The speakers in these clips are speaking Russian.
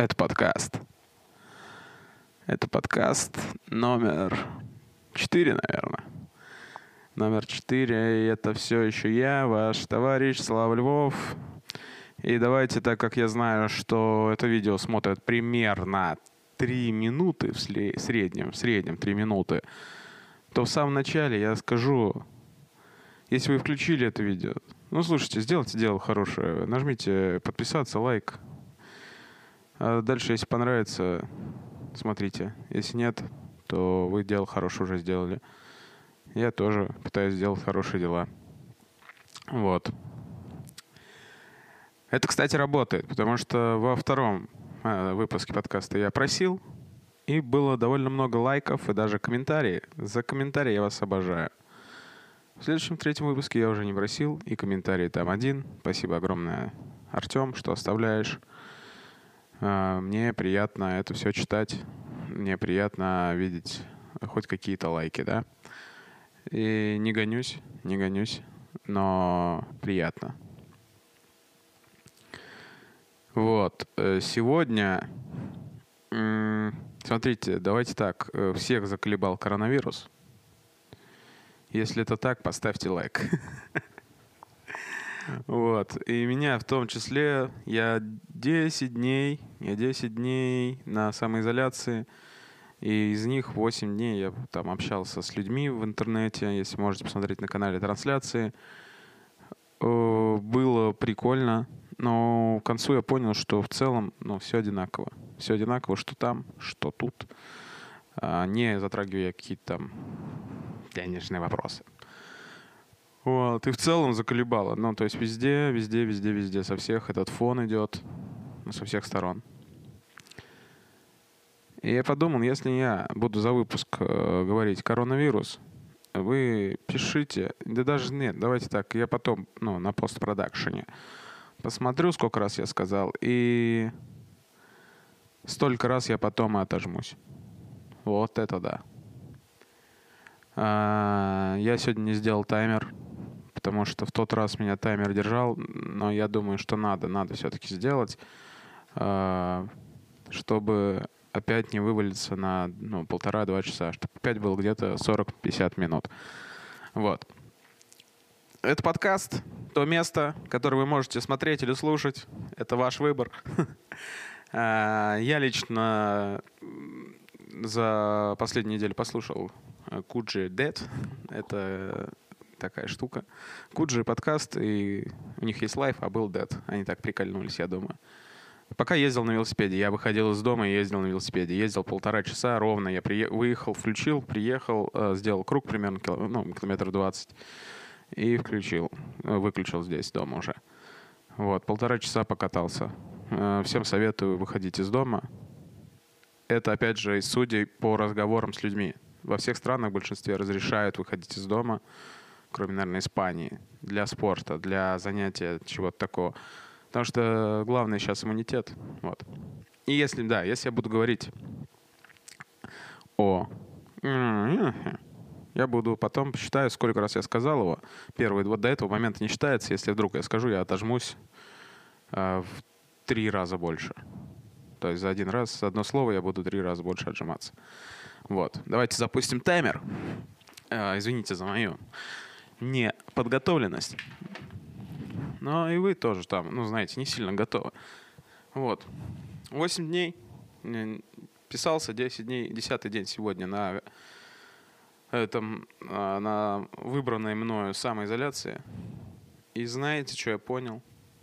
Это подкаст. Это подкаст номер 4, наверное. Номер 4. И это все еще я, ваш товарищ Слава Львов. И давайте, так как я знаю, что это видео смотрят примерно 3 минуты в среднем 3 минуты, то в самом начале я скажу, если вы включили это видео, слушайте, сделайте дело хорошее, нажмите подписаться, лайк. А дальше, если понравится, смотрите. Если нет, то вы дело хорошее уже сделали. Я тоже пытаюсь сделать хорошие дела. Вот. Это, кстати, работает, потому что во втором выпуске подкаста я просил, и было довольно много лайков и даже комментариев. За комментарии я вас обожаю. В следующем, третьем выпуске я уже не просил, и комментарий там один. Спасибо огромное, Артем, что оставляешь. Мне приятно это все читать. Мне приятно видеть хоть какие-то лайки, да. И не гонюсь, но приятно. Вот. Сегодня, смотрите, давайте так. Всех заколебал коронавирус. Если это так, поставьте лайк. Вот. И меня в том числе, я 10 дней на самоизоляции, и из них 8 дней я там общался с людьми в интернете, если можете посмотреть на канале трансляции. Было прикольно, но к концу я понял, что в целом, все одинаково. Все одинаково, что там, что тут, не затрагивая какие-то там денежные вопросы. Вот, и в целом заколебало. То есть везде, со всех этот фон идет, со всех сторон. И я подумал, если я буду за выпуск говорить коронавирус, вы пишите, да даже нет, давайте так, я потом, на постпродакшене посмотрю, сколько раз я сказал, и столько раз я потом и отожмусь. Вот это да. Я сегодня не сделал таймер, потому что в тот раз меня таймер держал, но я думаю, что надо все-таки сделать, чтобы опять не вывалиться на 1,5-2 часа, чтобы опять было где-то 40-50 минут. Вот. Это подкаст, то место, которое вы можете смотреть или слушать. Это ваш выбор. Я лично за последнюю неделю послушал Куджи Dead. Это такая штука. Куджи подкаст, и у них есть лайв, а был Dead. Они так прикольнулись, я думаю. Пока ездил на велосипеде. Я выходил из дома и ездил на велосипеде. Ездил 1,5 часа ровно. Я выехал, включил, приехал, сделал круг примерно километр 20. И выключил здесь дома уже. Вот, 1,5 часа покатался. Всем советую выходить из дома. Это, опять же, из судей по разговорам с людьми. Во всех странах в большинстве разрешают выходить из дома, кроме, наверное, Испании, для спорта, для занятия чего-то такого. Потому что главное сейчас иммунитет. Вот. И если я буду говорить я буду потом посчитаю, сколько раз я сказал его. Первый, вот до этого момента не считается. Если вдруг я скажу, я отожмусь в 3 раза больше. То есть за один раз, за одно слово я буду 3 раза больше отжиматься. Вот. Давайте запустим таймер. Извините за мою неподготовленность. Но и вы тоже там, знаете, не сильно готовы. Вот. 8 дней. Писался 10 дней, 10-й день сегодня на выбранной мною самоизоляции. И знаете, что я понял?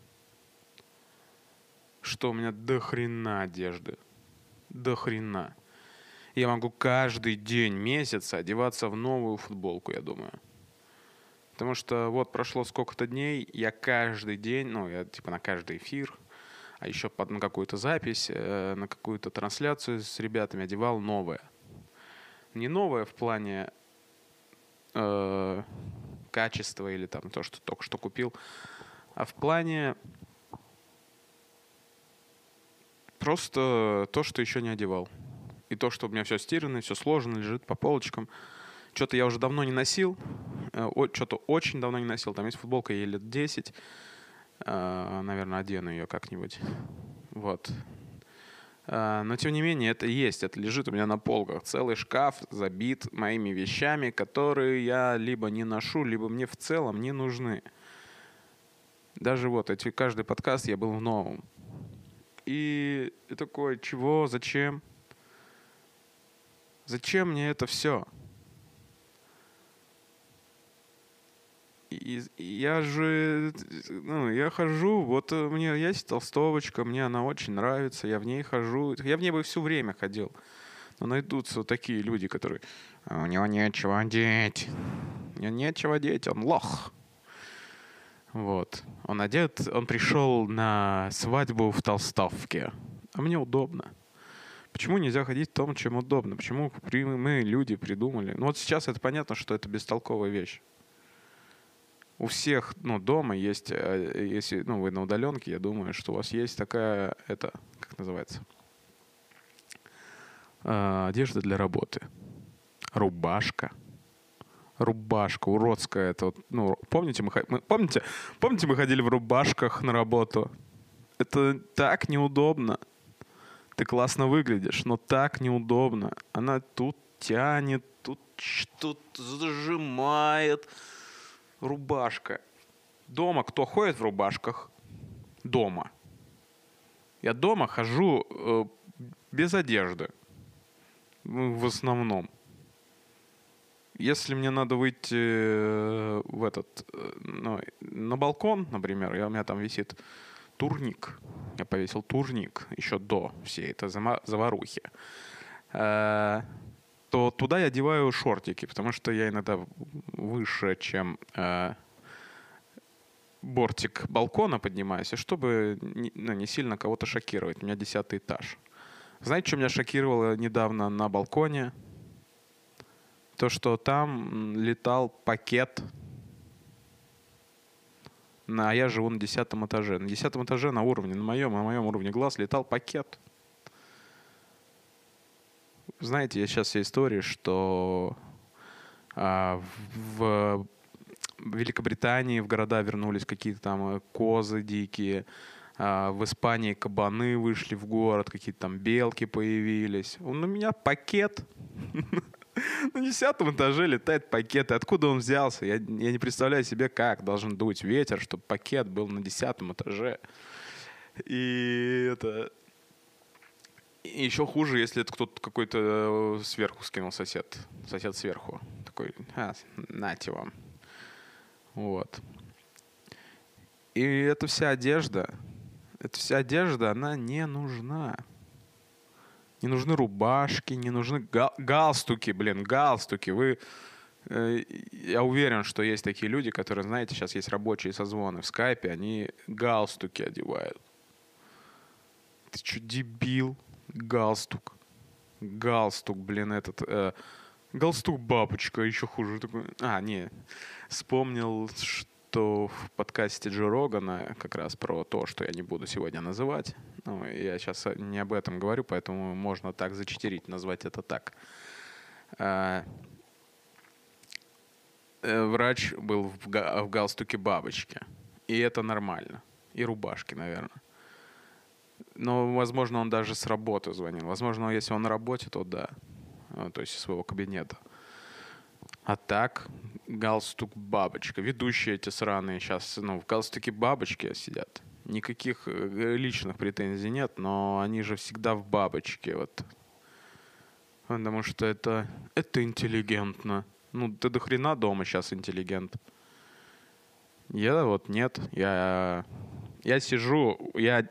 Что у меня до хрена одежды. До хрена. Я могу каждый день месяца одеваться в новую футболку, я думаю. Потому что вот прошло сколько-то дней, я каждый день, я на каждый эфир, а еще на какую-то запись, на какую-то трансляцию с ребятами одевал новое. Не новое в плане качества или там то, что только что купил, а в плане просто то, что еще не одевал. И то, что у меня все стирано, все сложено, лежит по полочкам. Что-то я уже давно не носил. Что-то очень давно не носил. Там есть футболка, ей лет 10. Наверное, одену ее как-нибудь. Вот. Но, тем не менее, это есть. Это лежит у меня на полках. Целый шкаф забит моими вещами, которые я либо не ношу, либо мне в целом не нужны. Даже вот каждый подкаст я был в новом. И такой, чего, зачем? Зачем мне это все? И я же, я хожу, вот у меня есть толстовочка, мне она очень нравится, я в ней хожу. Я в ней бы все время ходил. Но найдутся вот такие люди, которые... у него нечего одеть. У него нечего одеть, он лох. Вот. Он одет, он пришел на свадьбу в толстовке. А мне удобно. Почему нельзя ходить в том, чем удобно? Почему мы, люди, придумали? Ну вот сейчас это понятно, что это бестолковая вещь. У всех, дома есть, если, вы на удаленке, я думаю, что у вас есть такая, как называется? Одежда для работы. Рубашка. Рубашка уродская. Это помните, помните, мы ходили в рубашках на работу? Это так неудобно. Ты классно выглядишь, но так неудобно. Она тут тянет, тут что-то зажимает. Рубашка. Дома кто ходит в рубашках? Дома. Я дома хожу без одежды. В основном. Если мне надо выйти на балкон, например, у меня там висит турник. Я повесил турник еще до всей этой заварухи. То туда я одеваю шортики, потому что я иногда выше, чем бортик балкона поднимаюсь, чтобы не сильно кого-то шокировать. У меня 10-й этаж. Знаете, что меня шокировало недавно на балконе? То, что там летал пакет. А я живу на 10-м этаже. На 10-м этаже на моем уровне глаз летал пакет. Знаете, я сейчас все истории, что в Великобритании в города вернулись какие-то там козы дикие, в Испании кабаны вышли в город, какие-то там белки появились. У меня пакет. На 10-м этаже летает пакет. И откуда он взялся? Я не представляю себе, как должен дуть ветер, чтобы пакет был на 10-м этаже. И И еще хуже, если это кто-то какой-то сверху скинул сосед. Сосед сверху. Такой, нате вам. Вот. И эта вся одежда, она не нужна. Не нужны рубашки, не нужны галстуки, галстуки. Я уверен, что есть такие люди, которые, знаете, сейчас есть рабочие созвоны в скайпе, они галстуки одевают. Ты что, дебил? Галстук, галстук бабочка, еще хуже. Такой. Вспомнил, что в подкасте Джо Рогана как раз про то, что я не буду сегодня называть. Я сейчас не об этом говорю, поэтому можно так зачитерить, назвать это так. Врач был в галстуке бабочки. И это нормально. И рубашки, наверное. Но, возможно, он даже с работы звонил. Возможно, если он на работе, то да. То есть из своего кабинета. А так, галстук-бабочка. Ведущие эти сраные сейчас в галстуке бабочки сидят. Никаких личных претензий нет, но они же всегда в бабочке. Вот. Потому что это интеллигентно. Ты до хрена дома сейчас интеллигент. Я вот нет. Я сижу, я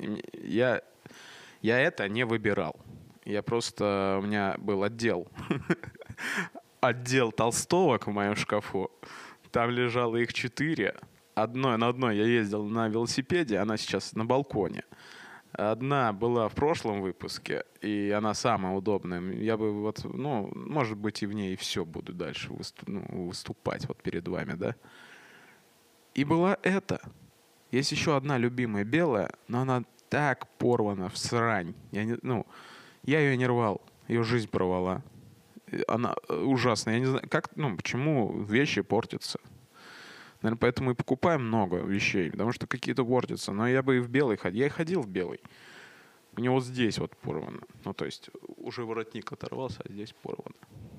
это не выбирал. У меня был отдел толстовок в моем шкафу. Там лежало их 4. На одной я ездил на велосипеде, она сейчас на балконе. Одна была в прошлом выпуске, и она самая удобная. Я бы может быть, и в ней все буду дальше выступать перед вами, да? И была эта. Есть еще одна любимая белая, но она так порвана в срань. Я ее не рвал, ее жизнь порвала. Она ужасная. Я не знаю, почему вещи портятся. Наверное, поэтому и покупаем много вещей, потому что какие-то портятся. Но я бы и в белый ходил. Я и ходил в белый. У него здесь вот порвано. Ну, то есть уже воротник оторвался, а здесь порвано.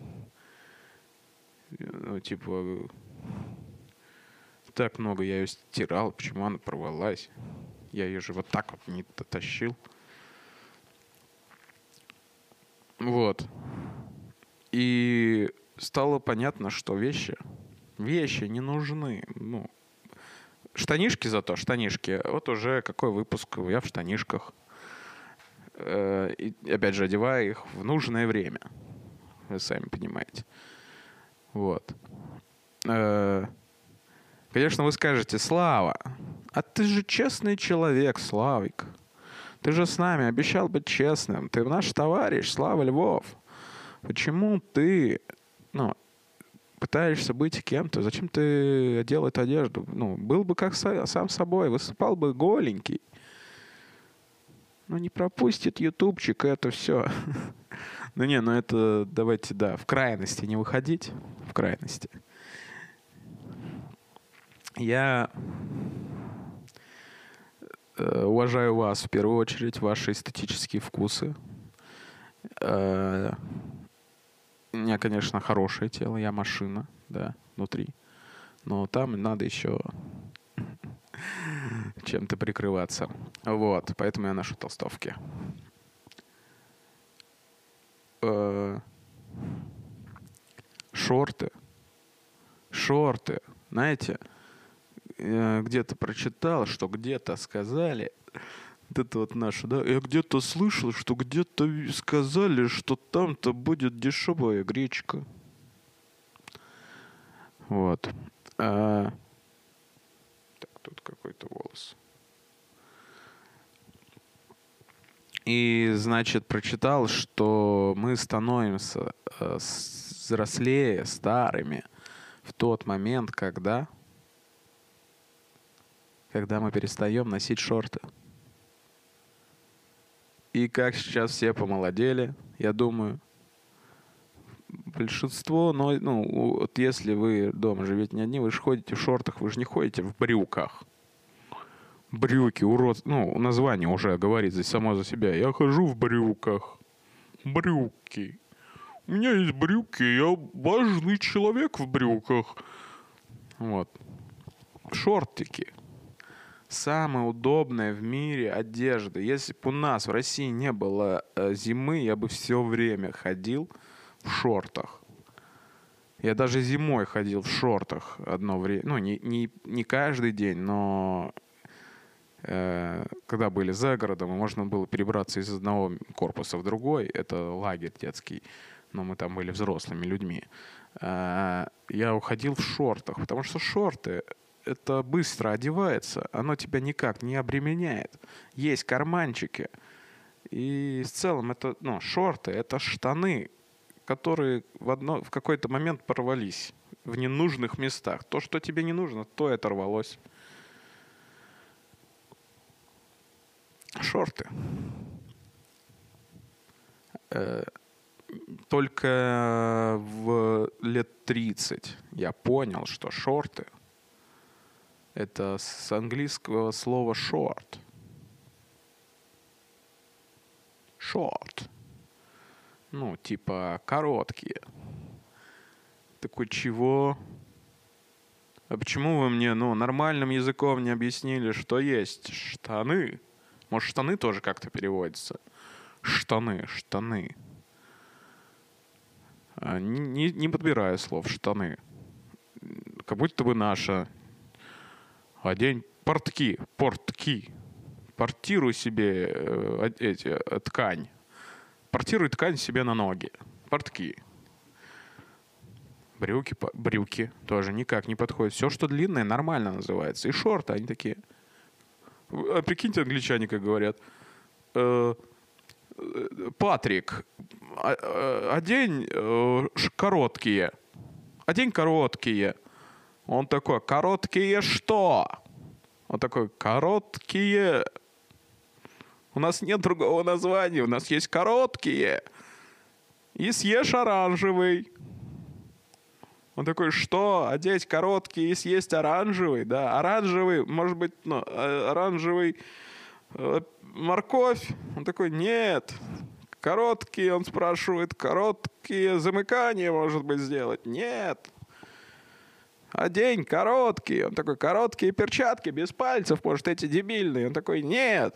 Ну, типа, так много я ее стирал, почему она порвалась? Я ее же вот так вот не тащил. Вот. И стало понятно, что вещи не нужны. Ну, штанишки зато, штанишки. Вот уже какой выпуск, я в штанишках. И опять же, одеваю их в нужное время. Вы сами понимаете. Вот. Конечно, вы скажете: Слава, а ты же честный человек, Славик. Ты же с нами обещал быть честным. Ты наш товарищ, Слава Львов. Почему ты, пытаешься быть кем-то? Зачем ты одел эту одежду? Ну, был бы как сам собой, выступал бы голенький. Не пропустит ютубчик это все. Это давайте, в крайности не выходить. В крайности. Я уважаю вас в первую очередь, ваши эстетические вкусы. У меня, конечно, хорошее тело, я машина, внутри. Но там надо еще чем-то прикрываться. Вот, поэтому я ношу толстовки. Шорты. Знаете, где-то прочитал, что где-то сказали, вот это вот наше, я где-то слышал, что где-то сказали, что там-то будет дешевая гречка. Вот. Так, тут какой-то волос. И, значит, прочитал, что мы становимся взрослее, старыми в тот момент, когда мы перестаем носить шорты. И как сейчас все помолодели, я думаю, большинство, вот если вы дома живете не одни, вы же ходите в шортах, вы же не ходите в брюках. Брюки, название уже говорит само за себя. Я хожу в брюках. Брюки. У меня есть брюки, я важный человек в брюках. Вот. Шортики. Самая удобная в мире одежда. Если бы у нас в России не было зимы, я бы все время ходил в шортах. Я даже зимой ходил в шортах одно время. Не каждый день, но когда были за городом, и можно было перебраться из одного корпуса в другой. Это лагерь детский, но мы там были взрослыми людьми. Я уходил в шортах, потому что шорты — это быстро одевается, оно тебя никак не обременяет. Есть карманчики. И в целом это, шорты — это штаны, которые в какой-то момент порвались в ненужных местах. То, что тебе не нужно, то и оторвалось. Шорты. Только в лет 30 я понял, что шорты — это с английского слова short. Short. Типа короткие. Такой, чего? А почему вы мне, нормальным языком не объяснили, что есть штаны? Может, штаны тоже как-то переводятся? Штаны. Не подбираю слов. Штаны. Как будто бы наша. Одень портки. Портируй себе ткань. Портируй ткань себе на ноги. Портки. Брюки тоже никак не подходят. Все, что длинное, нормально называется. И шорты, они такие. А прикиньте, англичане как говорят. Патрик, одень короткие. Одень короткие. Он такой: короткие что? Он такой: короткие. У нас нет другого названия, у нас есть короткие. И съешь оранжевый. Он такой: что? Одеть короткие и съесть оранжевый? Да, оранжевый, может быть, оранжевый Морковь? Он такой, нет. Короткие, он спрашивает, короткие замыкания, может быть, сделать? Нет. А день короткий. Он такой, короткие перчатки, без пальцев, может, эти дебильные. Он такой, нет.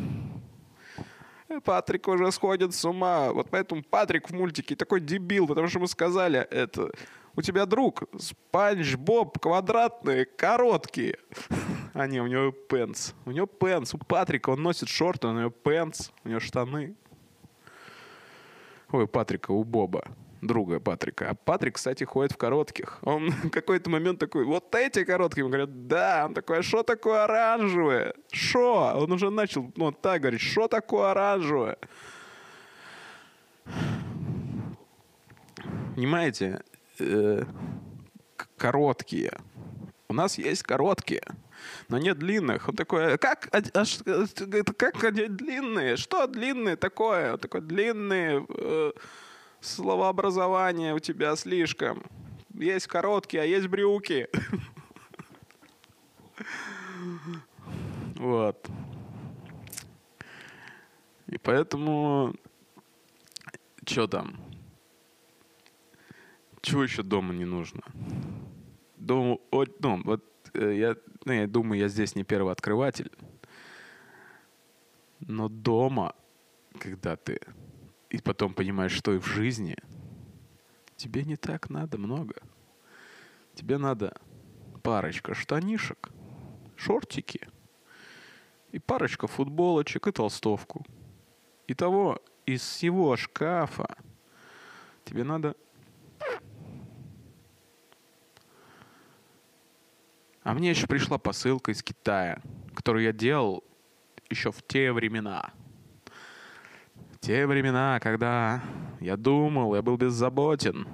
Патрик уже сходит с ума. Вот поэтому Патрик в мультике такой дебил, потому что мы сказали, это у тебя друг Спанч Боб квадратные, короткие. А не, у него пенс. У него пенс. У Патрика он носит шорты, у него пенс, у него штаны. Ой, у Патрика, у Боба. Друга Патрика. А Патрик, кстати, ходит в коротких. Он в какой-то момент такой, вот эти короткие. Ему говорят, да. Он такой, а что такое оранжевое? Шо? Он уже начал, ну, вот так говорить, что такое оранжевое? Понимаете? Короткие. У нас есть короткие, но нет длинных. Он такой, как они длинные? Что длинные такое? Он такой, длинные... Словообразование у тебя слишком. Есть короткие, а есть брюки. Вот. И поэтому... Что там? Чего еще дома не нужно? Дома... Ну, вот я думаю, я здесь не первый открыватель. Но дома, когда ты... И потом понимаешь, что и в жизни тебе не так надо много. Тебе надо парочка штанишек, шортики и парочка футболочек и толстовку. Итого из всего шкафа тебе надо... А мне еще пришла посылка из Китая, которую я делал еще в те времена. Те времена, когда я думал, я был беззаботен.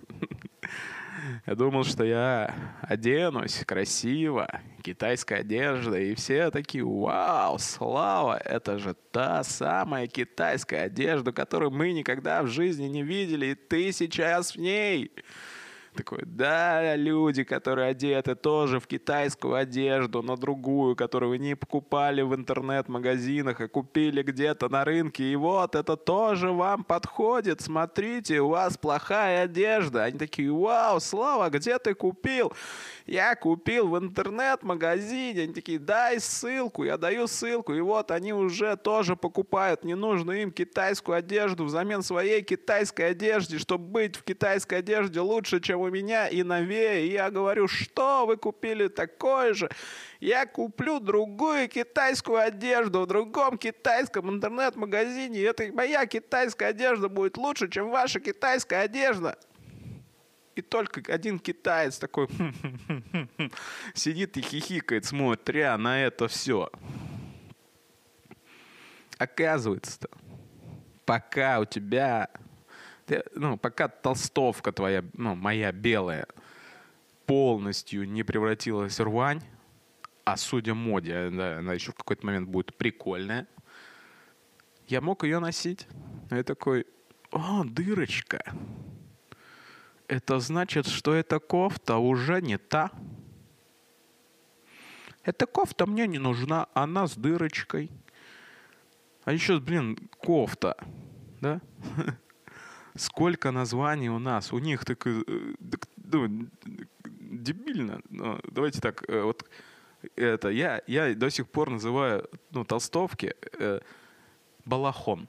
Я думал, что я оденусь красиво, китайская одежда, и все такие, вау, Слава, это же та самая китайская одежда, которую мы никогда в жизни не видели, и ты сейчас в ней. Такой, да, люди, которые одеты тоже в китайскую одежду, но другую, которую вы не покупали в интернет-магазинах, а купили где-то на рынке. И вот, это тоже вам подходит. Смотрите, у вас плохая одежда. Они такие, вау, Слава, где ты купил? Я купил в интернет-магазине. Они такие, дай ссылку. Я даю ссылку. И вот они уже тоже покупают ненужную им китайскую одежду взамен своей китайской одежды, чтобы быть в китайской одежде лучше, чем у меня и новее. И я говорю, что вы купили такое же? Я куплю другую китайскую одежду в другом китайском интернет-магазине. И это моя китайская одежда будет лучше, чем ваша китайская одежда. И только один китаец такой сидит и хихикает, смотря на это все. Оказывается-то, пока у тебя... пока толстовка твоя, моя белая, полностью не превратилась в рвань, а судя моде, да, она еще в какой-то момент будет прикольная, я мог ее носить. Я такой, дырочка. Это значит, что эта кофта уже не та. Эта кофта мне не нужна, она с дырочкой. А еще, кофта, да? Сколько названий у нас. У них так дебильно. Но давайте так, вот это я до сих пор называю толстовки балахон.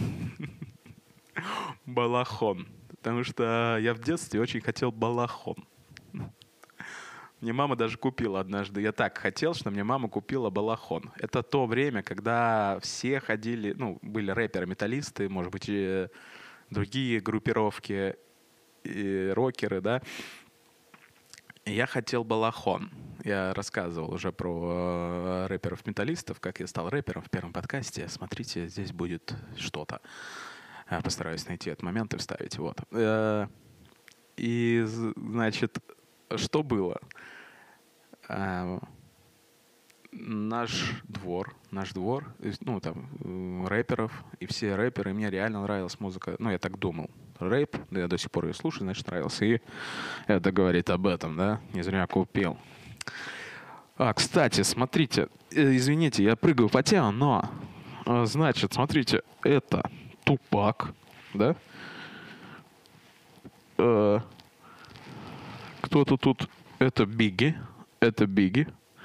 Балахон. Потому что я в детстве очень хотел балахон. Мне мама даже купила однажды. Я так хотел, что мне мама купила балахон. Это то время, когда все ходили, были рэперы-металлисты, может быть, и другие группировки, и рокеры, да. И я хотел балахон. Я рассказывал уже про рэперов-металлистов, как я стал рэпером в первом подкасте. Смотрите, здесь будет что-то. Я постараюсь найти этот момент и вставить. Вот. И, значит, что было? Наш двор, там, рэперов, и все рэперы, и мне реально нравилась музыка. Я так думал. Рэп, да я до сих пор ее слушаю, значит, нравился. И это говорит об этом, да? Не зря купил. Кстати, смотрите, извините, я прыгаю по темам, но, значит, смотрите, это Тупак, да? Э, Кто-то тут, это Бигги,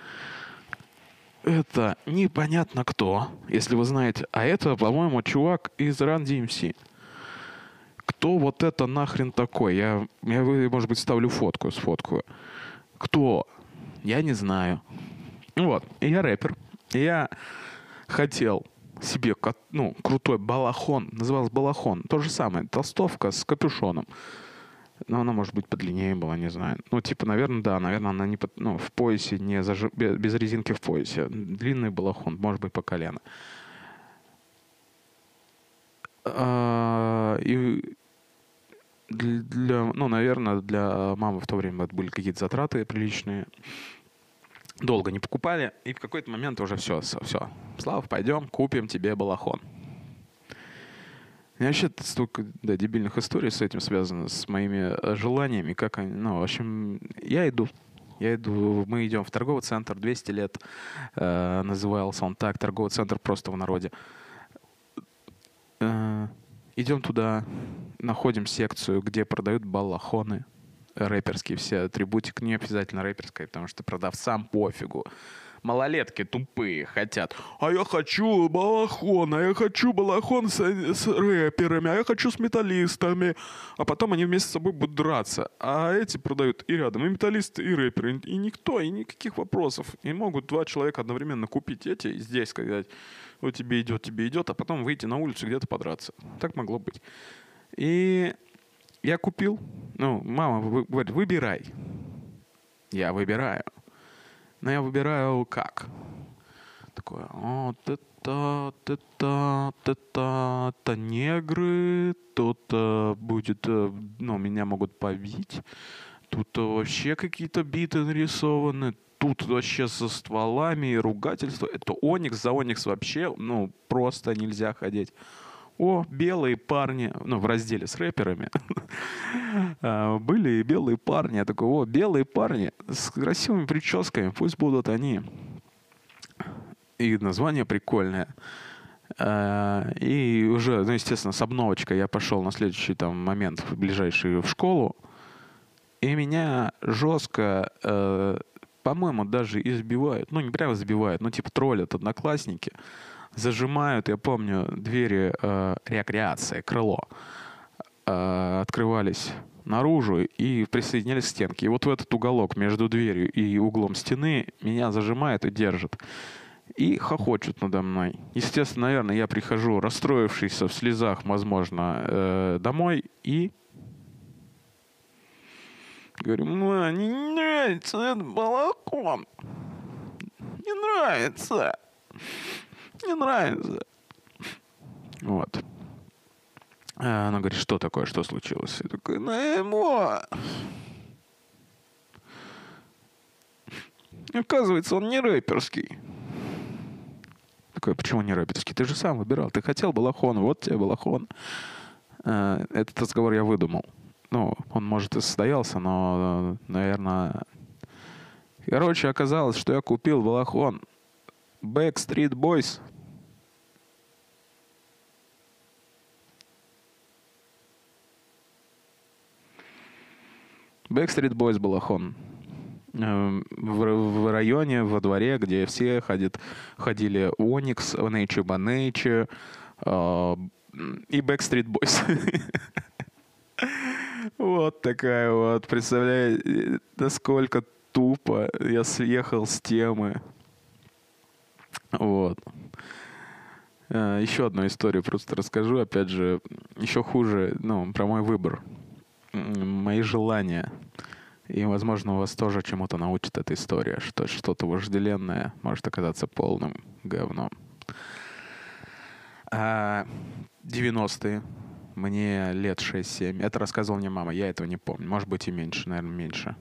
это непонятно кто, если вы знаете, а это, по-моему, чувак из Run DMC. Кто вот это нахрен такой? Может быть, ставлю фотку, сфоткаю. Кто? Я не знаю. Вот, я рэпер. Я хотел себе крутой балахон. Называлось балахон. То же самое. Толстовка с капюшоном. Но она, может быть, подлиннее была, не знаю. Ну, типа, наверное, да. Наверное, она не в поясе, без резинки в поясе. Длинный балахон, может быть, по колено. И наверное, для мамы в то время это были какие-то затраты приличные. Долго не покупали, и в какой-то момент уже все. Слав, пойдем, купим тебе балахон. И вообще столько дебильных историй с этим связано, с моими желаниями, как они, в общем, я иду, мы идем в торговый центр, 200 лет назывался он так, торговый центр просто в народе. Идем туда, находим секцию, где продают балахоны. Рэперские все, атрибутик не обязательно рэперская, потому что продавцам пофигу. Малолетки тупые хотят. А я хочу балахон с рэперами, а я хочу с металлистами. А потом они вместе с собой будут драться. А эти продают и рядом и металлисты, и рэперы. И никто, и никаких вопросов. И могут два человека одновременно купить эти и здесь сказать, вот тебе идет, а потом выйти на улицу где-то подраться. Так могло быть. И я купил. Мама говорит, выбирай. Я выбираю. Но я выбираю как? Такое, это негры, тут будет, меня могут побить. Тут вообще какие-то биты нарисованы. Тут вообще со стволами и ругательства. Это Оникс, за Оникс вообще, просто нельзя ходить. Белые парни, в разделе с рэперами, были белые парни. Я такой, белые парни с красивыми прическами, пусть будут они. И название прикольное. И уже, естественно, с обновочкой я пошел на следующий момент, ближайший в школу. И меня жестко, по-моему, даже избивают. Не прямо избивают, троллят одноклассники. Зажимают, я помню, двери рекреации, крыло, открывались наружу и присоединялись к стенке. И вот в этот уголок между дверью и углом стены меня зажимают и держат. И хохочут надо мной. Естественно, наверное, я прихожу, расстроившийся, в слезах, возможно, домой и говорю, не нравится этот балахон. Не нравится. Не нравится. Вот. Она говорит, что такое, что случилось? Я такой, оказывается, он не рэперский. Такой, почему не рэперский? Ты же сам выбирал. Ты хотел балахон, вот тебе балахон. Этот разговор я выдумал. Он, может, и состоялся, но, наверное... Короче, оказалось, что я купил балахон Backstreet Boys. Backstreet Boys балахон. В районе, во дворе, где все ходили Оникс, Nature by Nature и Backstreet Boys. Вот такая вот. Представляете, насколько тупо я съехал с темы. Вот. Еще одну историю просто расскажу. Опять же, еще хуже, про мой выбор. Мои желания. И, возможно, вас тоже чему-то научит эта история, что что-то вожделенное может оказаться полным говном. 90-е. Мне лет 6-7. Это рассказывала мне мама, я этого не помню. Может быть и меньше, наверное, меньше.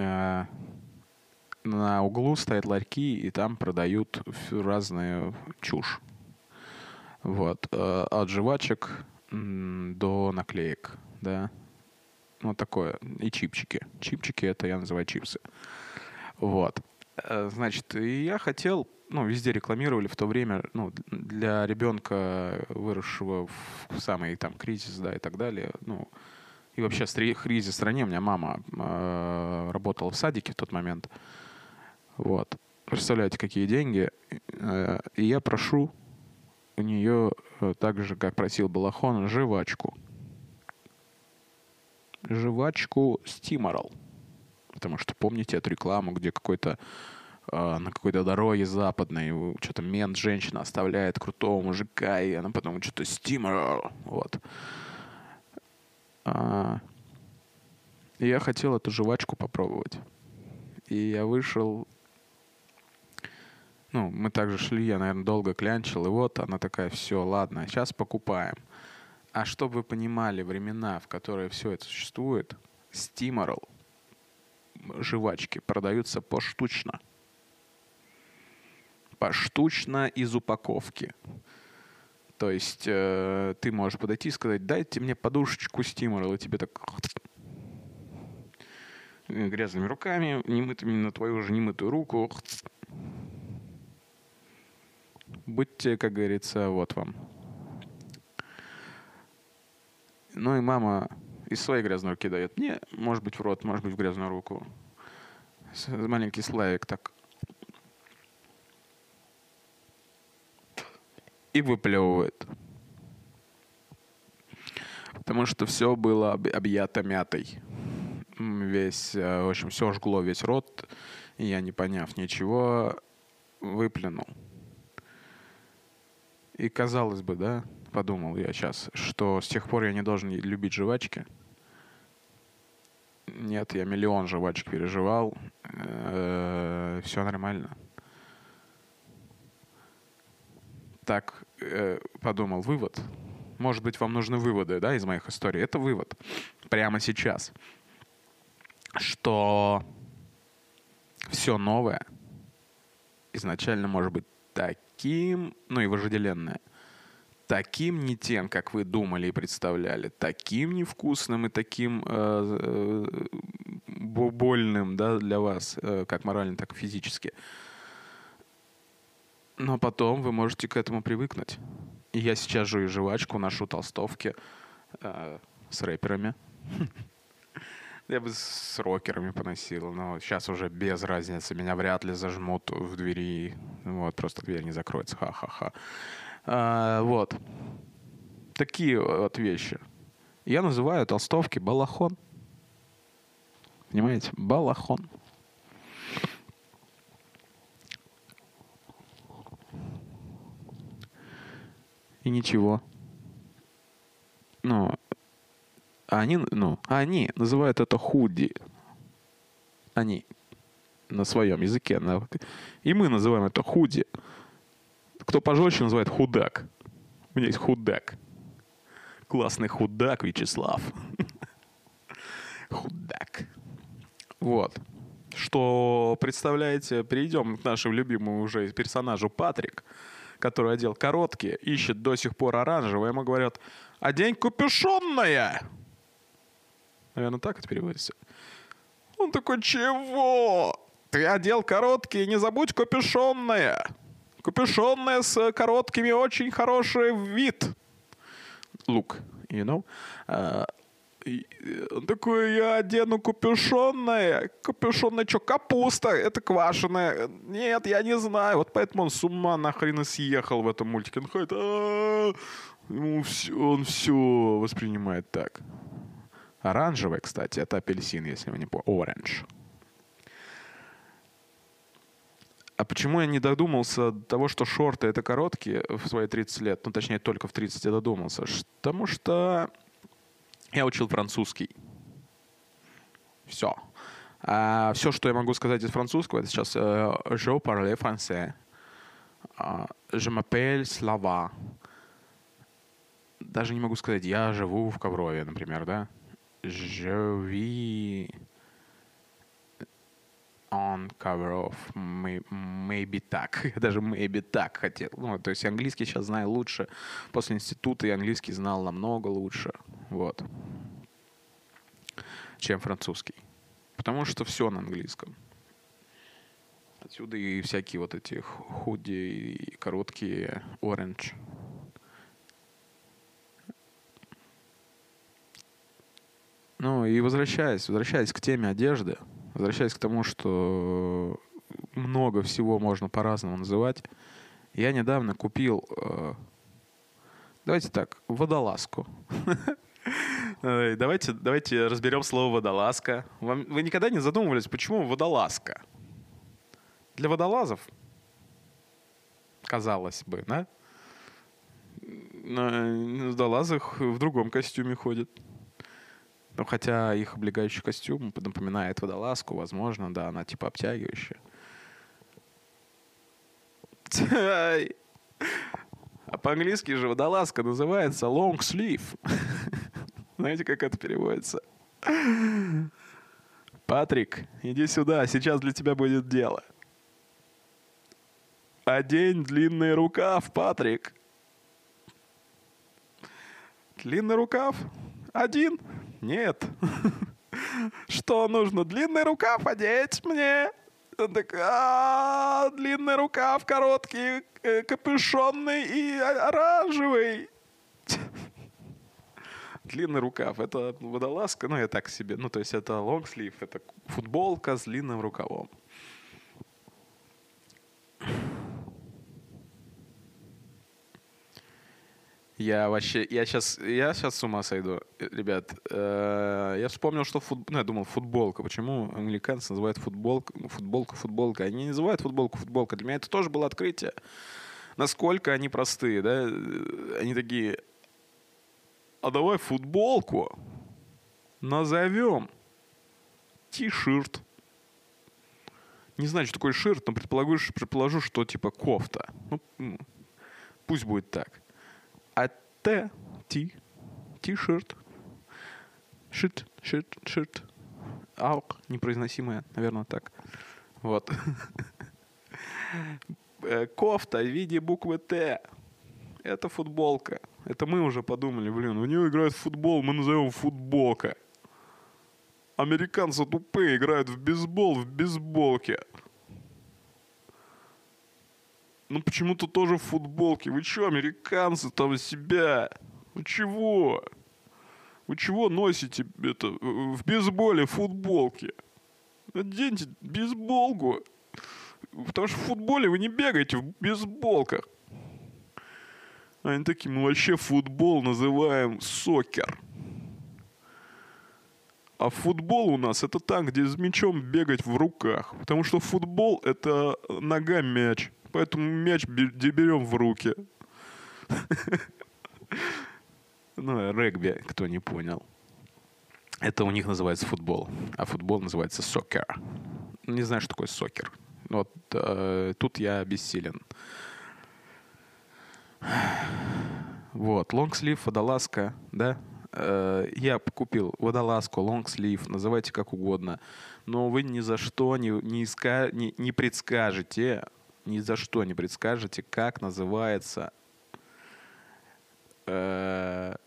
На углу стоят ларьки, и там продают разную чушь. Вот. От жвачек до наклеек, да. Такое. И чипчики. Чипчики — это я называю чипсы. Вот. Значит, и я хотел, ну, везде рекламировали в то время, ну, для ребенка, выросшего в самый там кризис, да, и так далее, ну, и вообще кризис в стране. У меня мама работала в садике в тот момент. Вот. Представляете, какие деньги. И я прошу у нее, так же, как просил Балахон, жвачку. Жвачку Стиморал. Потому что помните эту рекламу, где на какой-то дороге западной что-то мент, женщина оставляет крутого мужика, и она потом что-то Стиморал. Вот. И я хотел эту жвачку попробовать. И я вышел. Ну, мы также шли, я, наверное, долго клянчил. И вот она такая: все, ладно, сейчас покупаем. А чтобы вы понимали времена, в которые все это существует, Стиморал жвачки продаются поштучно. Поштучно из упаковки. То есть ты можешь подойти и сказать: дайте мне подушечку Стиморал, и тебе так грязными руками, немытыми на твою же немытую руку. Будьте, как говорится, вот вам. Ну и мама из своей грязной руки дает мне, может быть, в рот, может быть, в грязную руку. Маленький Славик так. И выплевывает. Потому что все было объято мятой. В общем, все жгло весь рот. И я, не поняв ничего, выплюнул. И казалось бы, да, подумал я сейчас, что с тех пор я не должен любить жвачки. Нет, я миллион жвачек переживал. Все нормально. Так подумал, вывод. Может быть, вам нужны выводы, да, из моих историй. Это вывод. Прямо сейчас. Что все новое изначально может быть таким, ну и вожделенное, таким не тем, как вы думали и представляли, таким невкусным и таким больным, да, для вас, как морально, так и физически. Но потом вы можете к этому привыкнуть. И я сейчас жую жвачку, ношу толстовки с рэперами. Я бы с рокерами поносил, но сейчас уже без разницы. Меня вряд ли зажмут в двери. Вот, просто дверь не закроется. Ха-ха-ха. Вот. Такие вот вещи. Я называю толстовки балахон. Понимаете? Балахон. И ничего. Ну, они называют это худи. Они на своем языке. И мы называем это худи. Кто пожестче, называет худак. У меня есть худак. Классный худак Вячеслав. Худак. Вот. Что, представляете, перейдем к нашему любимому уже персонажу Патрик, который одел короткие, ищет до сих пор оранжевое. Ему говорят: одень капюшонное. Наверное, так это переводится. Он такой: чего? Ты одел короткие, не забудь капюшонное. Капюшонное с короткими очень хороший вид. Look, you know? Он такой: я одену капюшонное. Капюшонное что, капуста? Это квашеная. Нет, я не знаю. Вот поэтому он с ума нахрен и съехал в этом мультике. Он ходит, он все воспринимает так. Оранжевый, кстати, это апельсин, если вы не помните. Orange. А почему я не додумался до того, что шорты это короткие в свои 30 лет? Ну, точнее, только в 30 я додумался. Потому что я учил французский. Все. А все, что я могу сказать из французского, это сейчас «Je parle français». «Je m'appelle Slava». Даже не могу сказать «я живу в Коврове», например, да? «Je vis on Ковров». Maybe так. Я даже maybe так хотел. Ну, то есть английский сейчас знаю лучше. После института я английский знал намного лучше. Вот. Чем французский. Потому что все на английском. Отсюда и всякие вот эти худи и короткие orange. Ну и возвращаясь к теме одежды, возвращаясь к тому, что много всего можно по-разному называть, я недавно купил, давайте так, водолазку. Давайте разберем слово водолазка. Вы никогда не задумывались, почему водолазка? Для водолазов, казалось бы, да? На водолазах в другом костюме ходят. Ну, хотя их облегающий костюм напоминает водолазку, возможно, да, она типа обтягивающая. А по-английски же водолазка называется long sleeve. Знаете, как это переводится? Патрик, иди сюда, сейчас для тебя будет дело. Одень длинный рукав, Патрик. Длинный рукав? Один? Нет. Что нужно? Длинный рукав одеть мне? Он так, длинный рукав, короткий, капюшонный и оранжевый. Длинный рукав — это водолазка, ну, я так себе. Ну, то есть это long sleeve, это футболка с длинным рукавом. Я сейчас с ума сойду, ребят. Я вспомнил, что я думал, футболка. Почему американцы называют футболка? Они не называют футболка. Для меня это тоже было открытие. Насколько они простые, да? Они такие, а давай футболку назовем ти-ширт. Не знаю, что такое ширт, но предположу, что типа кофта. Ну, пусть будет так. А ти-ширт. Ширт. Аук, непроизносимое, наверное, так. Вот. Кофта в виде буквы Т. Это футболка. Это мы уже подумали, у него играет в футбол, мы назовем футболка. Американцы тупые, играют в бейсбол в бейсболке. Ну почему-то тоже в футболке. Вы что, американцы там себя? Вы чего? Вы чего носите это в бейсболе, в футболке? Оденьте бейсболку. Потому что в футболе вы не бегаете в бейсболках. Они такие, мы вообще футбол называем сокер. А футбол у нас это там, где с мячом бегать в руках. Потому что футбол это нога мяч. Поэтому мяч берем в руки. Ну, регби, кто не понял. Это у них называется футбол. А футбол называется сокер. Не знаю, что такое сокер. Вот тут я бессилен. Вот, лонгслив, водолазка, да? Я купил водолазку, лонгслив, называйте как угодно. Но вы ни за что не предскажете, как называется это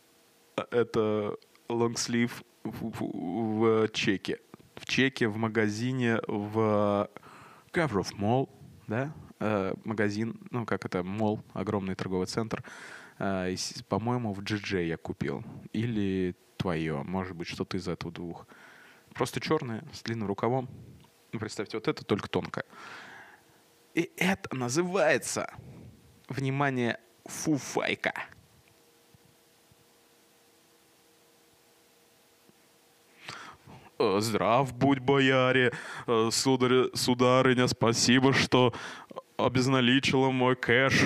лонгслив в чеке. В чеке, в магазине, в Gavroff Mall, да? Магазин, ну как это, молл, огромный торговый центр. По-моему, в GG я купил. Или твое, может быть, что-то из этого двух. Просто черное, с длинным рукавом. Ну, представьте, вот это только тонкое. И это называется, внимание, фуфайка. Здрав будь, бояре, сударыня, спасибо, что обезналичила мой кэш.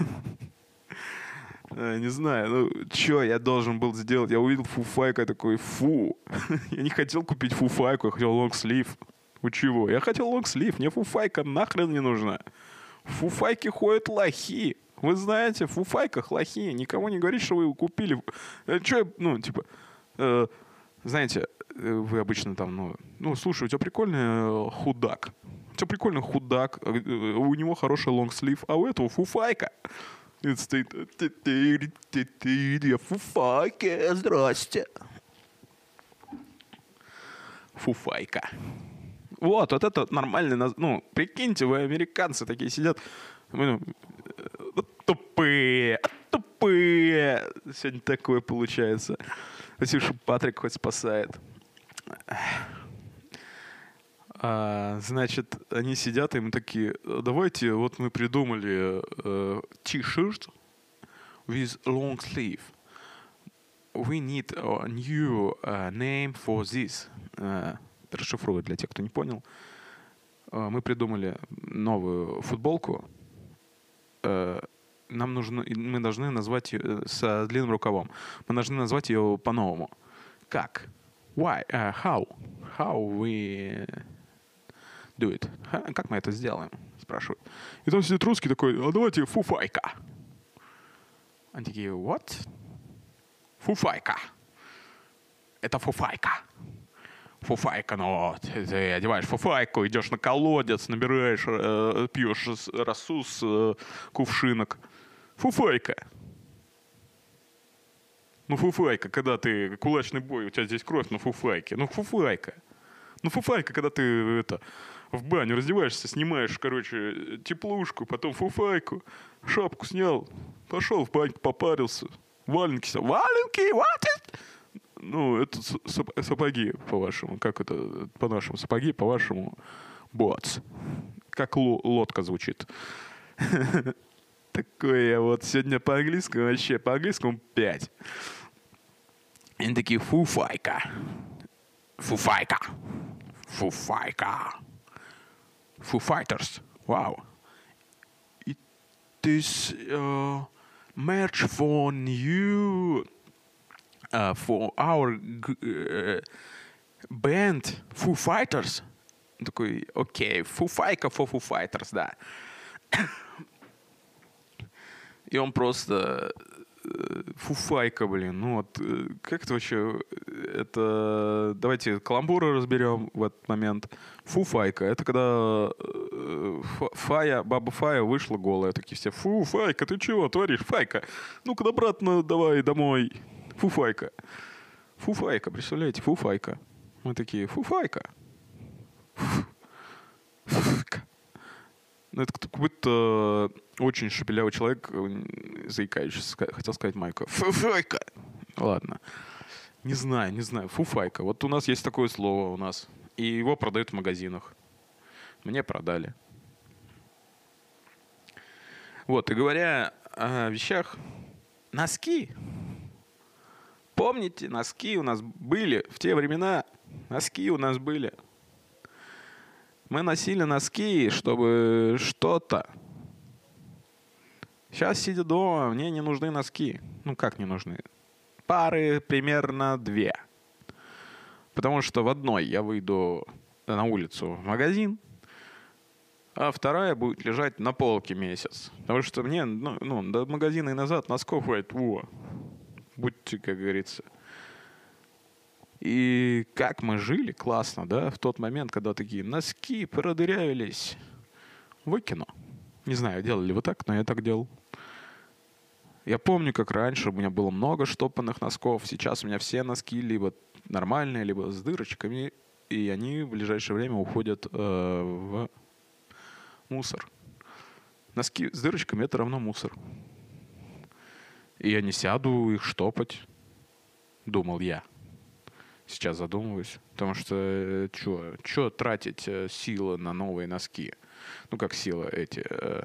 Не знаю, ну, что я должен был сделать? Я увидел фуфайка, такой, фу. Я не хотел купить фуфайку, я хотел лонгслив. Вы чего? Я хотел лонгслив, мне фуфайка нахрен не нужна. В фуфайке ходят лохи. Вы знаете, в фуфайках лохи. Никому не говорите, что вы купили. Что, ну, типа, знаете, вы обычно там, слушай, у тебя прикольный худак. У тебя прикольный худак, у него хороший лонгслив, а у этого фуфайка. И стоит, фуфайка, здрасте. Фуфайка. Вот это нормальный... Ну, прикиньте, вы американцы такие сидят. Тупые, тупые. Сегодня такое получается. Спасибо, Патрик хоть спасает. Значит, они сидят, и мы такие, давайте, вот мы придумали t-shirt with long sleeve. We need a new name for this. Расшифрую для тех, кто не понял. Мы придумали новую футболку. Мы должны назвать ее с длинным рукавом. Мы должны назвать ее по-новому. Как? Why? How? How we do it? Как мы это сделаем? Спрашивают. И там сидит русский такой, а давайте фуфайка. Они такие, what? Фуфайка. Это фуфайка. Фуфайка, ну вот. Ты одеваешь фуфайку, идешь на колодец, набираешь, пьешь росу с кувшинок. Фуфайка. Ну, фуфайка, когда ты кулачный бой, у тебя здесь кровь на фуфайке. Ну, фуфайка. Ну, фуфайка, когда ты в баню раздеваешься, снимаешь, короче, теплушку, потом фуфайку, шапку снял, пошел в баньку, попарился. Валенки снял. Валенки, what it? Ну, это сапоги, по-вашему. Как это по-нашему? Сапоги, по-вашему, ботс. Как лодка звучит. Такое вот сегодня по-английскому вообще. По-английскому 5. Они такие, фуфайка. Фуфайка. Фуфайка. Foo Fighters. Wow. It is merch for new... for our band Foo Fighters. Такой, окей, фуфайка for Foo Fighters, да. И он просто... Фуфайка, блин. Ну вот, как это вообще... Это... Давайте каламбуры разберем в этот момент. Фуфайка. Это когда баба Фая вышла голая. Такие все, Фуфайка, ты чего творишь? Файка. Ну-ка обратно давай домой. Фуфайка. Фуфайка, представляете? Фуфайка. Мы такие, фуфайка. Фуфайка. Ну, это как будто очень шепелявый человек, заикающийся, хотел сказать Майку. Фуфайка. Ладно. Не знаю. Фуфайка. Вот у нас есть такое слово у нас. И его продают в магазинах. Мне продали. Вот, и говоря о вещах, носки. Помните, носки у нас были в те времена. Носки у нас были. Мы носили носки, чтобы что-то. Сейчас, сидя дома, мне не нужны носки. Ну, как не нужны? Пары примерно 2. Потому что в одной я выйду на улицу в магазин, а вторая будет лежать на полке месяц. Потому что мне, до магазина и назад носков хватит. Будьте, как говорится. И как мы жили классно, да, в тот момент, когда такие носки продырявились. Выкину. Не знаю, делали ли вы так, но я так делал. Я помню, как раньше у меня было много штопанных носков. Сейчас у меня все носки либо нормальные, либо с дырочками. И они в ближайшее время уходят в мусор. Носки с дырочками — это равно мусор. И я не сяду их штопать, думал я. Сейчас задумываюсь. Потому что что тратить силы на новые носки? Ну, как силы эти...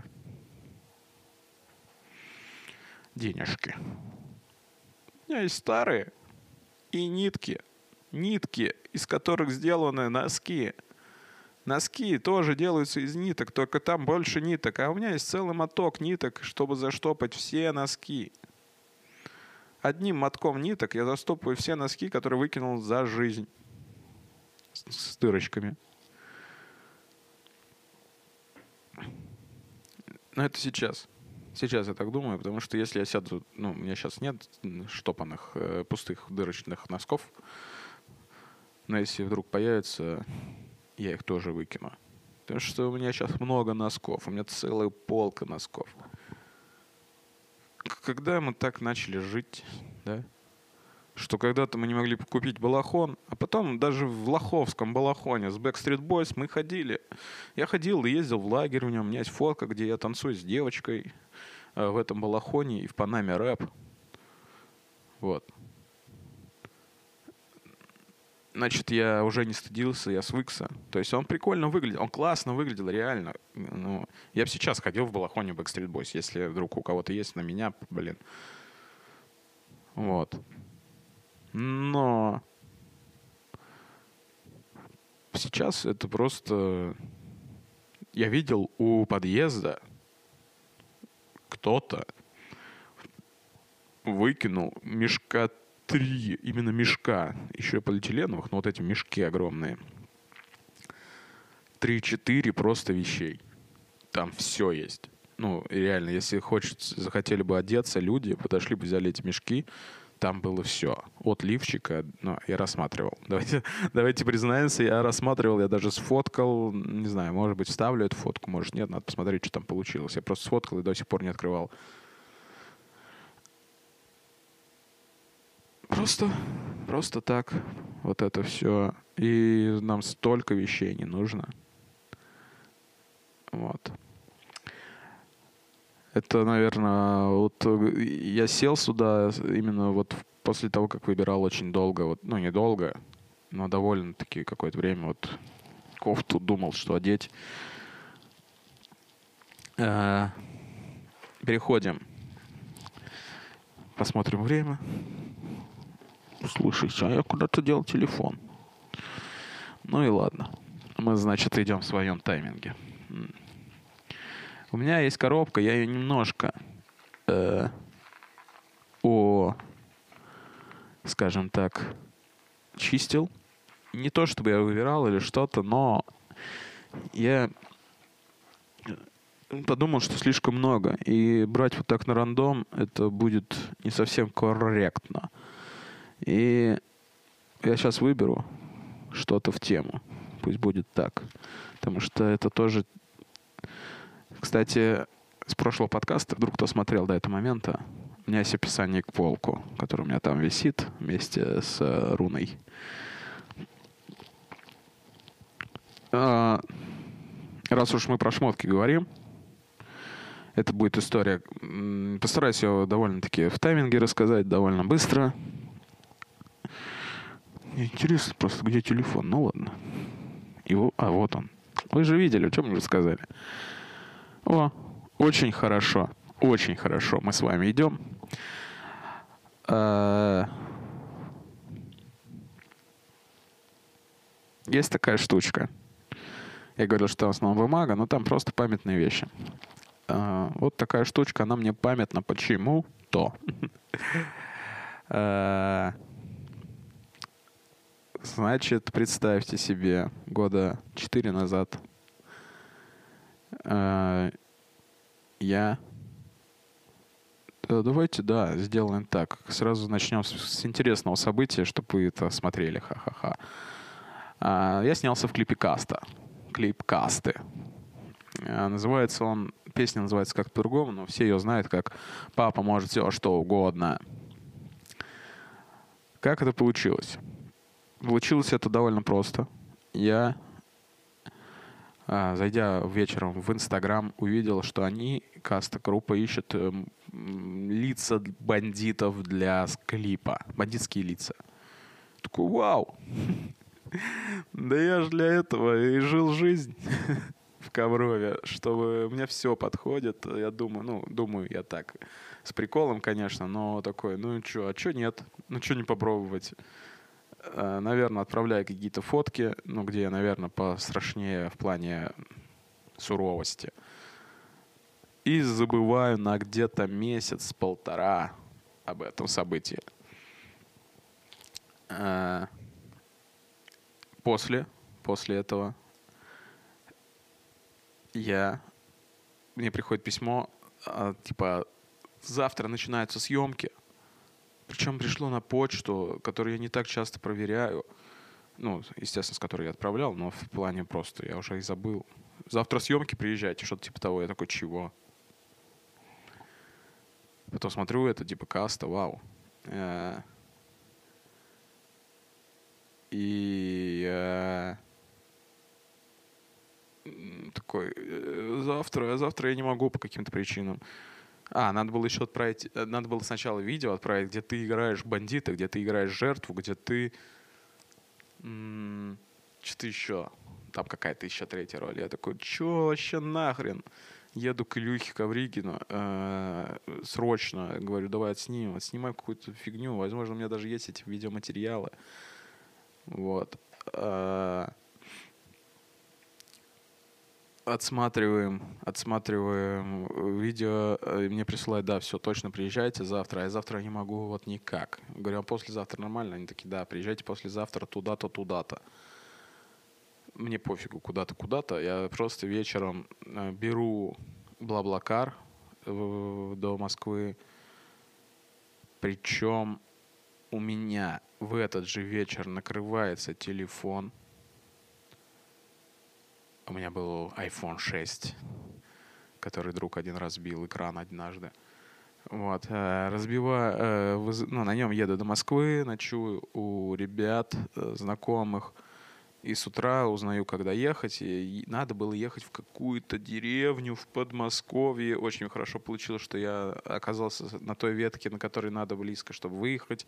денежки. У меня есть старые и нитки. Нитки, из которых сделаны носки. Носки тоже делаются из ниток, только там больше ниток. А у меня есть целый моток ниток, чтобы заштопать все носки. Одним мотком ниток я застопаю все носки, которые выкинул за жизнь. С дырочками. Но это сейчас. Сейчас я так думаю, потому что если я сяду... Ну, у меня сейчас нет штопанных, пустых дырочных носков. Но если вдруг появится, я их тоже выкину. Потому что у меня сейчас много носков. У меня целая полка носков. Когда мы так начали жить, да? что когда-то мы не могли купить балахон, а потом даже в Лоховском балахоне с Backstreet Boys мы ходили. Я ходил и ездил в лагерь у него. У меня есть фотка, где я танцую с девочкой в этом балахоне и в Панаме рэп. Вот. Значит, я уже не стыдился, я свыкся. То есть он прикольно выглядел, он классно выглядел, реально. Ну, я бы сейчас ходил в балахоне Backstreet Boys, если вдруг у кого-то есть на меня, блин. Вот. Но сейчас это просто... Я видел у подъезда кто-то выкинул мешка 3, именно мешка, еще и полиэтиленовых, но вот эти мешки огромные. 3-4 просто вещей. Там все есть. Ну, реально, если захотели бы одеться люди, подошли бы, взяли эти мешки, там было все. От лифчика, ну, я рассматривал. Давайте признаемся, я рассматривал, я даже сфоткал, не знаю, может быть, вставлю эту фотку, может, нет, надо посмотреть, что там получилось. Я просто сфоткал и до сих пор не открывал. Просто так. Вот это все. И нам столько вещей не нужно. Вот. Это, наверное, вот я сел сюда именно вот после того, как выбирал очень долго, вот, ну, недолго, но довольно-таки какое-то время вот кофту думал, что одеть. Переходим. Посмотрим время. Слушайте, а я куда-то дел телефон. Ну и ладно. Мы, значит, идем в своем тайминге. У меня есть коробка, я ее немножко скажем так, чистил. Не то, чтобы я выбирал или что-то, но я подумал, что слишком много. И брать вот так на рандом, это будет не совсем корректно. И я сейчас выберу что-то в тему. Пусть будет так. Потому что это тоже... Кстати, с прошлого подкаста, вдруг кто смотрел до этого момента, у меня есть описание к полку, который у меня там висит вместе с руной. Раз уж мы про шмотки говорим, это будет история... Постараюсь ее довольно-таки в тайминге рассказать, довольно быстро. Мне интересно просто, где телефон. Ну ладно. Вот он. Вы же видели, о чем мы рассказали. О, очень хорошо. Очень хорошо. Мы с вами идем. Есть такая штучка. Я говорил, что в основном бумага, но там просто памятные вещи. Вот такая штучка, она мне памятна почему-то. Значит, представьте себе, года 4 назад Давайте, сделаем так. Сразу начнем с интересного события, чтобы вы это смотрели. Ха-ха-ха. Я снялся в клипе Каста. Клип Касты. Песня называется как-то по-другому, но все ее знают как «Папа может все, что угодно». Как это получилось? Получилось это довольно просто. Я, зайдя вечером в Инстаграм, увидел, что Каста группа, ищет лица бандитов для клипа. Бандитские лица. Такой, вау! Да я же для этого и жил жизнь в Коврове, чтобы мне все подходит. Я думаю, я так с приколом, конечно, но такой, чё нет? Чё не попробовать? Наверное, отправляю какие-то фотки, где я, наверное, пострашнее в плане суровости. И забываю на где-то месяц-полтора об этом событии. После этого мне приходит письмо, завтра начинаются съемки. Причем пришло на почту, которую я не так часто проверяю. Естественно, с которой я отправлял, но в плане просто я уже и забыл. Завтра съемки, приезжайте, что-то типа того. Я такой, чего? Потом смотрю, это типа Каста, вау. И такой, завтра я не могу по каким-то причинам. Надо было еще отправить, надо было сначала видео отправить, где ты играешь бандита, где ты играешь жертву, где ты... Что-то еще. Там какая-то еще третья роль. Я такой, че вообще нахрен? Еду к Илюхе Ковригину, срочно, говорю, давай отснимай какую-то фигню, возможно, у меня даже есть эти видеоматериалы. Вот. Отсматриваем видео, мне присылают, да, все, точно приезжайте завтра, а я завтра не могу вот никак. Говорю, а послезавтра нормально? Они такие, да, приезжайте послезавтра туда-то, туда-то. Мне пофигу, куда-то, я просто вечером беру Блаблакар до Москвы, причем у меня в этот же вечер накрывается телефон. У меня был iPhone 6, который друг один разбил экран однажды. Вот, разбиваю, на нем еду до Москвы, ночую у ребят, знакомых. И с утра узнаю, когда ехать. И надо было ехать в какую-то деревню в Подмосковье. Очень хорошо получилось, что я оказался на той ветке, на которой надо близко, чтобы выехать.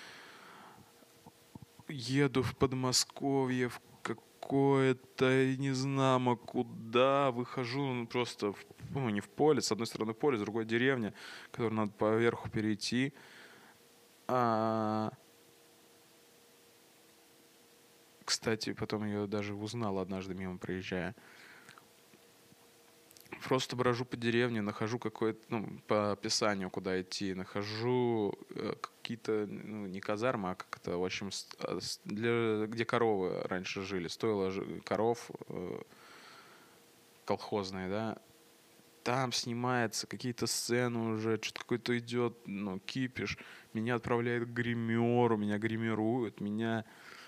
Еду в Подмосковье, в какое-то, не знаю куда. Выхожу просто, не в поле. С одной стороны поле, с другой деревня, которую надо поверху перейти. Кстати, потом я даже узнал однажды мимо проезжая. Просто брожу по деревне, нахожу какое-то, по описанию, куда идти, нахожу какие-то, не казармы, а как-то, в общем, где коровы раньше жили. Стоило коров колхозные, да. Там снимается какие-то сцены уже, что-то какой-то идет, кипиш. Меня отправляет к гримеру, меня гримируют, меня...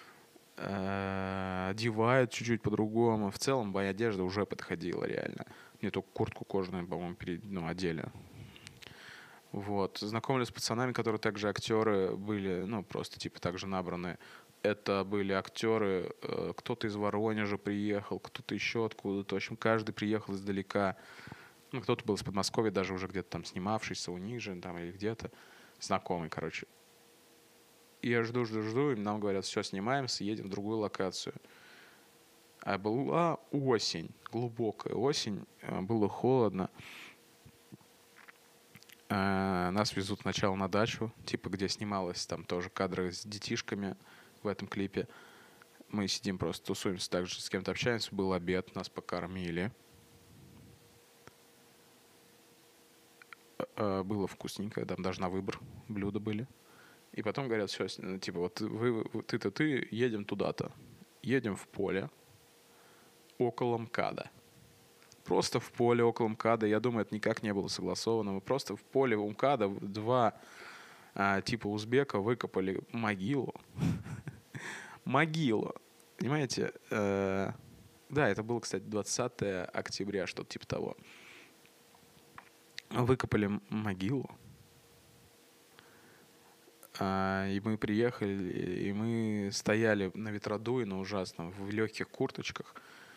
одевают чуть-чуть по-другому. В целом моя одежда уже подходила реально. Мне только куртку кожаную, по-моему, одели. Вот. Знакомились с пацанами, которые также актеры были, просто типа также набранные. Это были актеры, кто-то из Воронежа приехал, кто-то еще откуда-то. В общем, каждый приехал издалека. Кто-то был из Подмосковья, даже уже где-то там снимавшийся у них же, там или где-то. Знакомый, короче. И я жду, и нам говорят, все, снимаемся, едем в другую локацию. А была осень, глубокая осень, было холодно. Нас везут сначала на дачу, типа где снималось там тоже кадры с детишками в этом клипе. Мы сидим просто, тусуемся, также с кем-то общаемся. Был обед, нас покормили. Было вкусненько, там даже на выбор блюда были. И потом говорят, все, типа, вот ты, едем туда-то. Едем в поле около МКАДа. Просто в поле около МКАДа. Я думаю, это никак не было согласовано. Мы просто в поле у МКАДа два типа узбека выкопали могилу. Могилу. Понимаете? Да, это было, кстати, 20 октября, что-то типа того. Выкопали могилу. И мы приехали, и мы стояли на ветродуе, на ужасном, в легких курточках.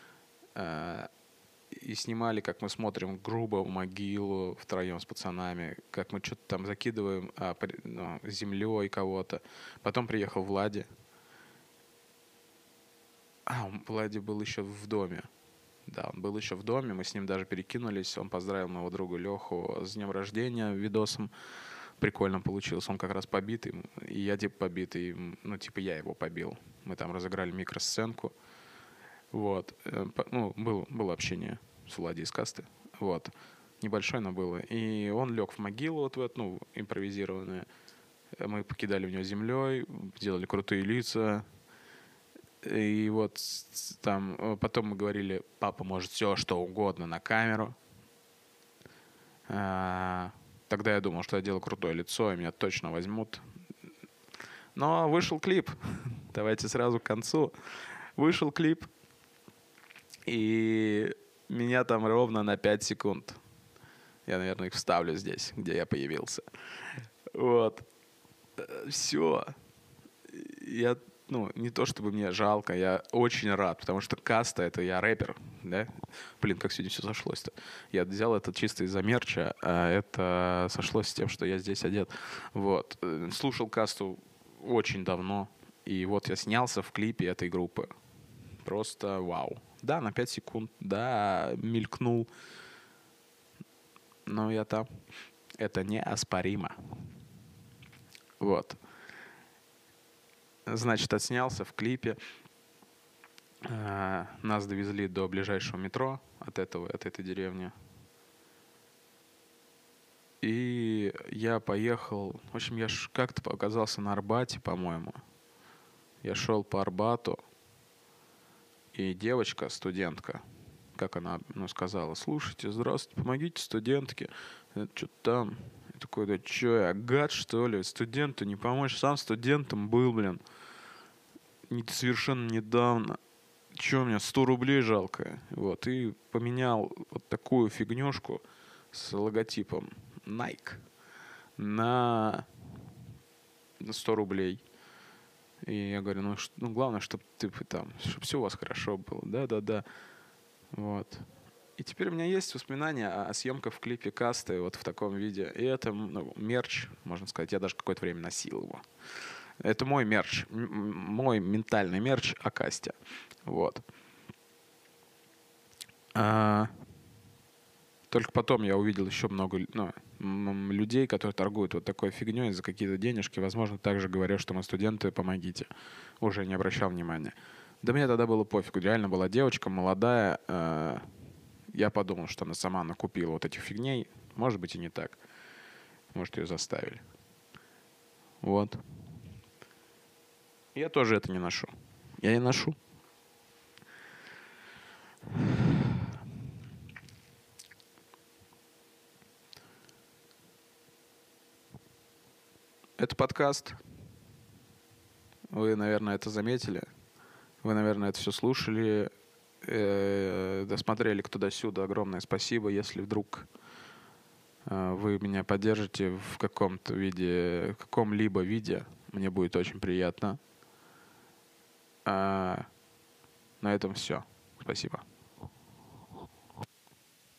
И снимали, как мы смотрим грубо в могилу втроем с пацанами, как мы что-то там закидываем землей кого-то. Потом приехал Влади. Влади был еще в доме. Да, он был еще в доме, мы с ним даже перекинулись. Он поздравил моего друга Леху с днем рождения видосом. Прикольно получилось. Он как раз побитый, и я типа побитый. Я его побил. Мы там разыграли микросценку. Вот. Было общение с Влади из касты. Вот. Небольшое, но было. И он лег в могилу вот в эту, импровизированную. Мы покидали в него землей, делали крутые лица. И вот там потом мы говорили, папа может все, что угодно на камеру. Тогда я думал, что я делаю крутое лицо, и меня точно возьмут. Но вышел клип. Давайте сразу к концу. Вышел клип. И меня там ровно на 5 секунд. Я, наверное, их вставлю здесь, где я появился. Вот. Все. Я ну, не то чтобы мне жалко, я очень рад, потому что Каста — это я рэпер, да? Блин, как сегодня все сошлось-то. Я взял это чисто из-за мерча, а это сошлось с тем, что я здесь одет. Вот. Слушал Касту очень давно, и вот я снялся в клипе этой группы. Просто вау. Да, на 5 секунд, да, мелькнул, но я там. Это неоспоримо. Вот. Значит, отснялся в клипе. Нас довезли до ближайшего метро от этой деревни. И я поехал... В общем, я как-то оказался на Арбате, по-моему. Я шел по Арбату, и девочка, студентка, как она сказала: слушайте, здравствуйте, помогите студентке. Что-то там. Я такой: да что, я гад, что ли? Студенту не помочь? Сам студентом был, блин. Совершенно недавно. Че, мне 100 рублей жалко. Вот. И поменял вот такую фигнюшку с логотипом Nike на 100 рублей. И я говорю: ну главное, чтобы чтобы все у вас хорошо было. Да. Вот. И теперь у меня есть воспоминания о съемках в клипе Касты вот в таком виде. И это мерч, можно сказать. Я даже какое-то время носил его. Это мой мерч, мой ментальный мерч о Касте. Вот. Только потом я увидел еще много людей, которые торгуют вот такой фигней за какие-то денежки. Возможно, также говорят, что мы студенты, помогите. Уже не обращал внимания. Да мне тогда было пофигу. Реально была девочка молодая. Я подумал, что она сама накупила вот этих фигней. Может быть, и не так. Может, ее заставили. Вот. Я тоже это не ношу. Я не ношу. Это подкаст. Вы, наверное, это заметили. Вы, наверное, это все слушали. Досмотрели кто до-сюда. Огромное спасибо. Если вдруг вы меня поддержите в каком-то виде, в каком-либо виде, мне будет очень приятно. На этом все. Спасибо.